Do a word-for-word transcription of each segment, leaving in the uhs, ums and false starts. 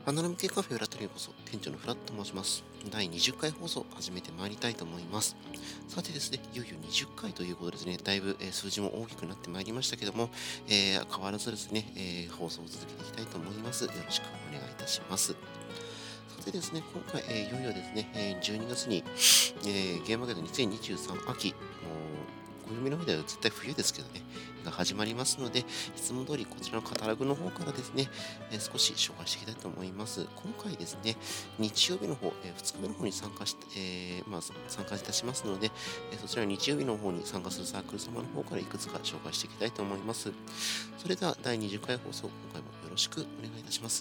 花の向けカフェ裏トリこそ店長のフラットと申します。だいにじゅっかい放送始めてまいりたいと思います。さてですね、いよいよにじゅっかいということですね、だいぶ、えー数字も大きくなってまいりましたけども、えー変わらずですね、えー放送を続けていきたいと思います。よろしくお願いいたします。さてですね、今回、えーいよいよですね、えーじゅうにがつに、えーゲームマーケットにせんにじゅうさん秋、もう暦の上では絶対冬ですけどね、が始まりますので、いつも通りこちらのカタログの方からですね、えー少し紹介していきたいと思います。今回ですね、日曜日の方、えーふつかめの方に参加して、えーまあ、参加いたしますので、えーそちらの日曜日の方に参加するサークル様の方からいくつか紹介していきたいと思います。それではだいにじゅっかい放送、今回もよろしくお願いいたします。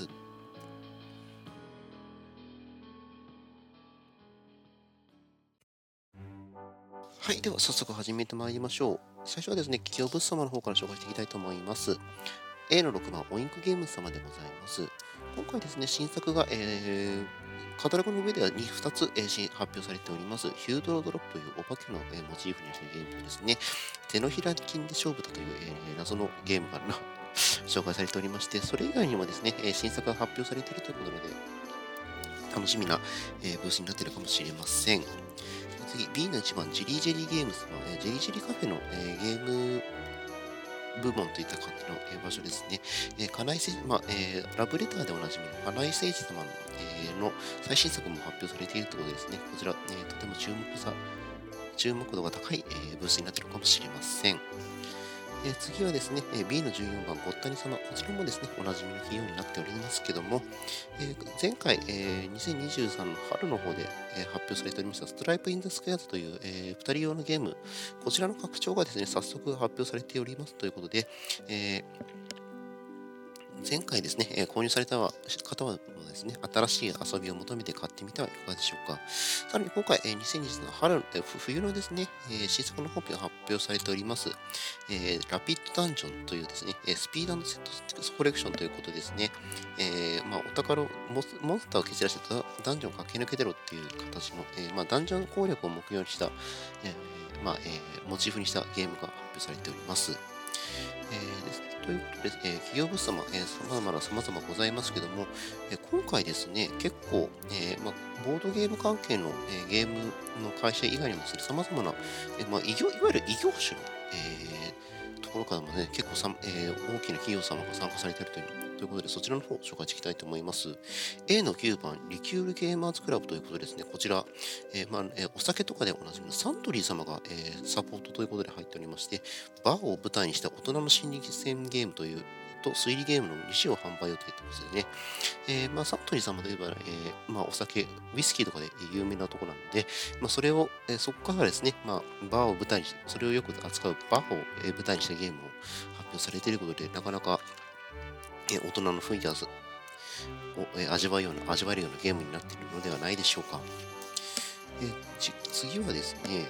はい、では早速始めてまいりましょう。最初はですね、企業物様の方から紹介していきたいと思います。A のろくばん、オインクゲームズ様でございます。今回ですね、新作が、えー、カタログの上ではに、ふたつ、えーし発表されております。ヒュードロドロップというお化けの、えーモチーフにしたゲームとですね、手のひら金で勝負だという、えー謎のゲームがな紹介されておりまして、それ以外にもですね、えー新作が発表されているということなので、楽しみな、えーブースになっているかもしれません。次、B のいちばん、ジェリージェリーゲームズの、えージェリージェリーカフェの、えーゲーム部門といった感じの、えー場所ですね。えー、金井誠まあえーラブレターでおなじみの金井誠司様の,、えーの最新作も発表されているということですね。こちら、えーとても注目さ注目度が高い、えーブースになっているかもしれません。えー次はですね、えー B のじゅうよんばん、ごったに様。こちらもですね、おなじみの企業になっておりますけども、えー前回、えーにせんにじゅうさんの春の方で、えー発表されておりました、ストライプインザスクエアという、えーふたり用のゲーム、こちらの拡張がですね、早速発表されておりますということで、えー前回ですね、えー購入された方はですね、新しい遊びを求めて買ってみてはいかがでしょうか。さらに今回、えーにせんにじゅうさんの春、えー冬のですね、えー新作の方が発表されております、えーラピッドダンジョンというですね、えースピードセットコレクションということですね、えーまあ、お宝をモンス、モンスターを蹴散らしてダダンジョンを駆け抜けてろっていう形の、えーまあ、ダンジョン攻略を目標にした、えーまあえーモチーフにしたゲームが発表されております。えーですということで、えー企業物様、えー、様々な様々ございますけども、えー今回ですね、結構、えーまあ、ボードゲーム関係の、えーゲームの会社以外にもですね、様々な、えーまあ、異業いわゆる異業種の、えーところからもね、結構さ、えー大きな企業様が参加されているというということで、そちらの方を紹介していきたいと思います。A のきゅうばん、リキュールゲーマーズクラブということですね、こちら、えーまあえーお酒とかでおなじみのサントリー様が、えーサポートということで入っておりまして、バーを舞台にした大人の心理戦ゲームという、と推理ゲームのに種を販売予定ということでね、えーまあ、サントリー様といえば、えーまあ、お酒、ウイスキーとかで有名なところなので、まあ、それを、えーそこからですね、まあ、バーを舞台にして、それをよく扱うバーを、えー舞台にしたゲームを発表されていることで、なかなか、えー大人の雰囲気を、えー味わうような、味わえるようなゲームになっているのではないでしょうか。えーち次はですね、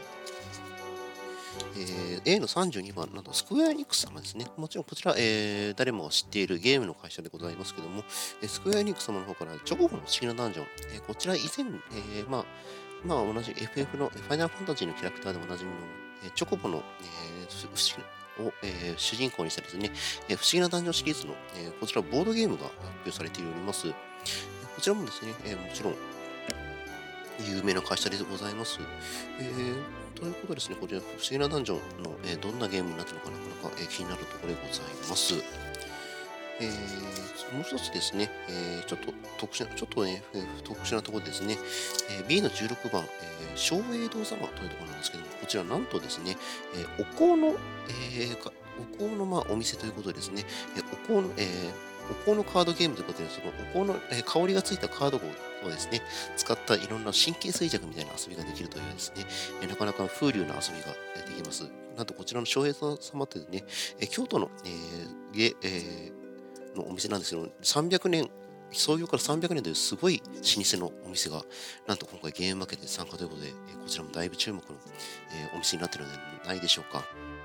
えー A のさんじゅうにばん、なんとスクエアエニックス様ですね。もちろんこちら、えー誰もが知っているゲームの会社でございますけども、えースクエアエニックス様の方からチョコボの不思議なダンジョン、えーこちら以前、えーまあ、まあ同じ エフエフ のファイナルファンタジーのキャラクターでおなじみの、えーチョコボの、えー不思議を、えー主人公にしたですね、えー不思議なダンジョンシリーズの、えーこちらボードゲームが発表されております。こちらもですね、えーもちろん有名な会社でございます。えー、ということですね、こちら、不思議なダンジョンの、えーどんなゲームになっているのかなかなか、えー気になるところでございます。えーもう一つですね、えーちょっと特殊な、ちょっとね、えー特殊なところですね、えー B のじゅうろくばん、えー、松栄堂様というところなんですけども、こちらなんとですね、えーお香の、えーかお香の、まあ、お店ということでですね、えーお香の、えーお香のカードゲームということで、そのお香の、えー香りがついたカードをですね、使ったいろんな神経衰弱みたいな遊びができるというですね、えーなかなか風流な遊びがえーできます。なんとこちらの翔平様ってね、えー京都の、えーゲえーのお店なんですけど、さんびゃくねん、創業からさんびゃくねんというすごい老舗のお店が、なんと今回ゲームマーケットで参加ということで、えーこちらもだいぶ注目の、えーお店になっているのではないでしょうか。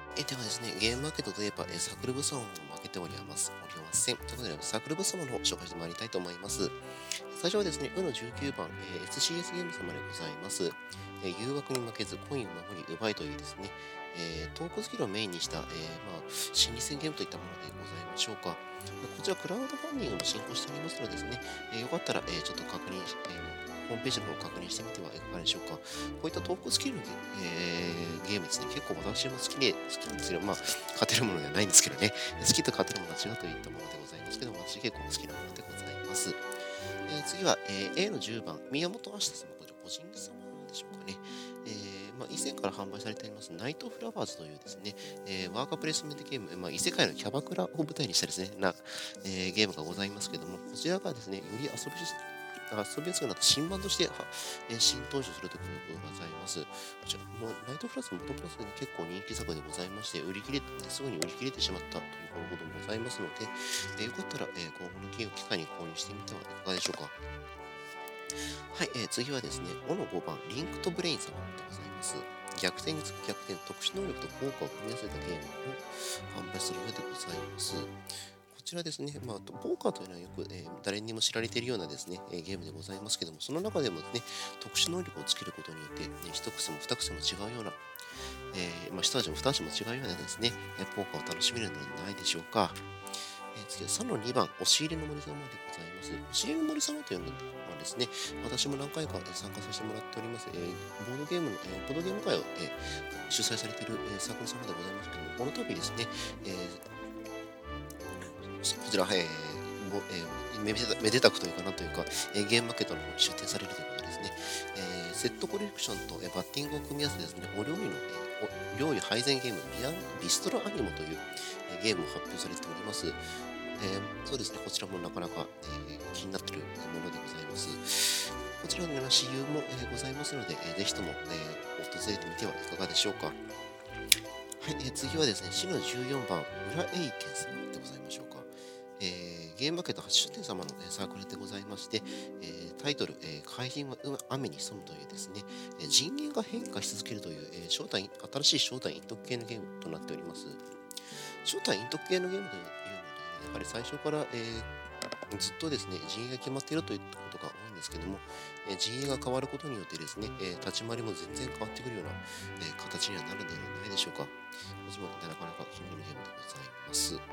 えではですね、ゲームマーケットといえば、えサークル物産を負けております。おりません。ということで、サークル物産の方を紹介してまいりたいと思います。最初はですね、ウのじゅうきゅうばん、えー エスシーエス ゲーム様でございます。えー誘惑に負けず、コインを守り、奪いというですね、えートークスキルをメインにした、えーまあ、心理戦ゲームといったものでございましょうか。こちら、クラウドファンディングも進行しておりますのでですね、えーよかったら、えーちょっと確認し、えーホームページの方を確認してみてはいかがでしょうか。こういったトークスキルのゲ,、えーゲームですね、結構私も好きで、好きなんですけど、まあ、勝てるものではないんですけどね、好きと勝てるものは違うといったものでございますけども、私結構好きなものでございます。えー次は、えー A のじゅうばん、宮本明日様、これ個人様でしょうかね。えーまあ、以前から販売されております、ナイトフラワーズというですね、えーワーカープレイスメントゲーム、まあ、異世界のキャバクラを舞台にしたですね、な、えーゲームがございますけども、こちらがですね、より遊び遊びやすくなった新版としては、えー新登場するということでございます。こちら、もうナイトフラワーズもともと結構人気作でございまして、売り切れ、すぐに売り切れてしまったということもございますので、えーよかったら、えー今後の機会に購入してみてはいかがでしょうか。はい、えー次はですね、おのごばん、リンクとブレイン様でございます。逆転につく逆転、特殊能力と効果を組み合わせたゲームを販売する上でございます。こちらですね、まあ、とポーカーというのはよく、えー誰にも知られているようなですね、えーゲームでございますけども、その中でもですね、特殊能力をつけることによって、ね、一癖も二癖も違うような、えーまあ、一味も二味も違うようなですね、えーポーカーを楽しめるのではないでしょうか。えー次はさんのにばん、押し入れの森様でございます。押し入れの森様というのはですね、私も何回かえー参加させてもらっております、えーボードゲームの、えーボードゲーム会を、えー主催されている、えーサークル様でございますけども、この度ですね、えーこちら、えーぼえーめでためでたくというかなんというか、えーゲームマーケットの方に出展されるということですね。えーセットコレクションと、えーバッティングを組み合わせてですね、お料理の、えーお料理配膳ゲームビアン、ビストロアニモという、えーゲームを発表されております。えーそうですね、こちらもなかなか、えー気になっているものでございます。こちらのような私有も、えーございますので、えーぜひとも、えー訪れてみてはいかがでしょうか。はい、えー次はですね、市のじゅうよんばん、裏エイケン様でございましょうか。えーゲームマーケットはちてん様の、えーサークルでございまして、えータイトル、えー怪人は雨に潜むというですね、えー人間が変化し続けるという、えー正体新しい正体隠匿系のゲームとなっております。正体隠匿系のゲームというので、やはり最初から、えーずっとですね、陣営が決まっているということが多いんですけども、えー陣営が変わることによってですね、えー立ち回りも全然変わってくるような、えー形にはなるのではないでしょうか。こちらもなかなか気になるゲームでございます。はい、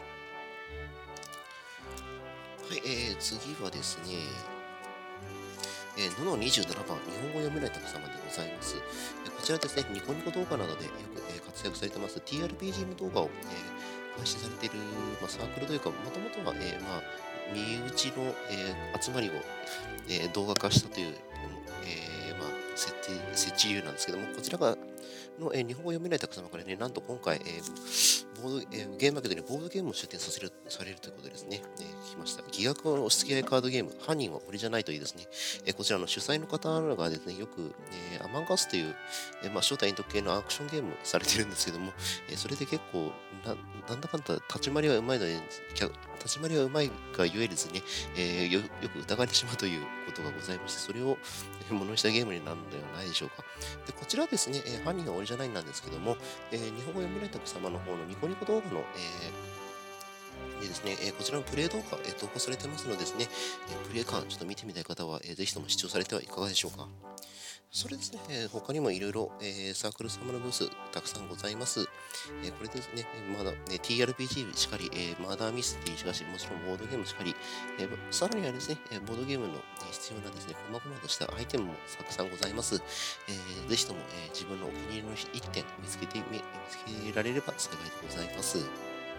えー次はですね、えー、ののにじゅうななばん、日本語読めないたく様でございます。えーこちらですね、ニコニコ動画などでよく、えー活躍されてます ティーアールピージー 動画を、えー配信されている、まあ、サークルというか、もともとは、えーまあ、身内の、えー集まりを、えー動画化したという、えーまあ、設定、設置理由なんですけども、こちらがの、えー日本語読めないたく様からね、なんと今回、えーボードえーゲームマーケットにボードゲームを出展させるされるということでですね、えー聞きました。疑惑の押し付け合いカードゲーム、犯人は俺じゃないというですね、えーこちらの主催の方がですね、よく、えーアマンガスという、えーまあ、正体隠匿系のアクションゲームをされてるんですけども、えーそれで結構な、なんだかんだ立ち回りはうまいので、きゃ立ち回りはうまいがゆえですね、えーよよく疑われてしまうということがございまして、それをえーものにしたゲームになるのではないでしょうか。でこちらですね、えー犯人は俺じゃないんなんですけども、えー日本語読めないたく様の方のニコニコ動画の、えーでですね、えーこちらのプレイ動画、えー投稿されてますのでですね、えープレイ感ちょっと見てみたい方は、えーぜひとも視聴されてはいかがでしょうか。それですね、えー他にもいろいろ、えーサークル様のブースたくさんございます。えーこれですね、えーまだ、ね、ティーアールピージー しかり、えーマーダーミステリーしかし、もちろんボードゲームしかり、えーさらにはですね、えーボードゲームの、えー必要なですね、細々としたアイテムもたくさんございます。えーぜひとも、えー自分のお気に入りのいってん見つけてみ見つけられれば幸いでございます。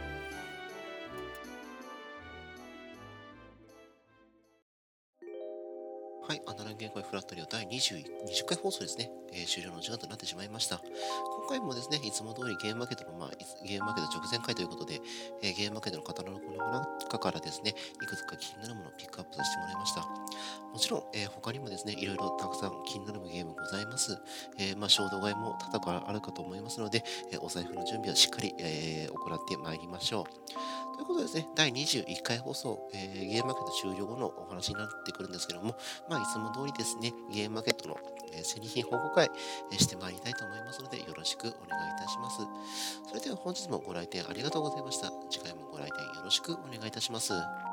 はい、アナログゲーム会フラットリオ第にじゅう、にじゅっかい放送ですね、えー終了の時間となってしまいました。今回もですね、いつも通りゲームマーケットの、まあ、いつゲームマーケット直前回ということで、えーゲームマーケットのカタログの中からですね、いくつか気になるものをピックアップさせてもらいました。もちろん、えー他にもですね、いろいろたくさん気になるゲームございます。えーまあ、衝動買いも多々あるかと思いますので、えーお財布の準備はしっかり、えー行ってまいりましょう。 ということでですね、だいにじゅういっかい放送、えーゲームマーケット終了後のお話になってくるんですけども、まあ、いつも通りですね、ゲームマーケットの、えー戦利品報告会、えーしてまいりたいと思いますので、よろしくお願いいたします。それでは本日もご来店ありがとうございました。次回もご来店よろしくお願いいたします。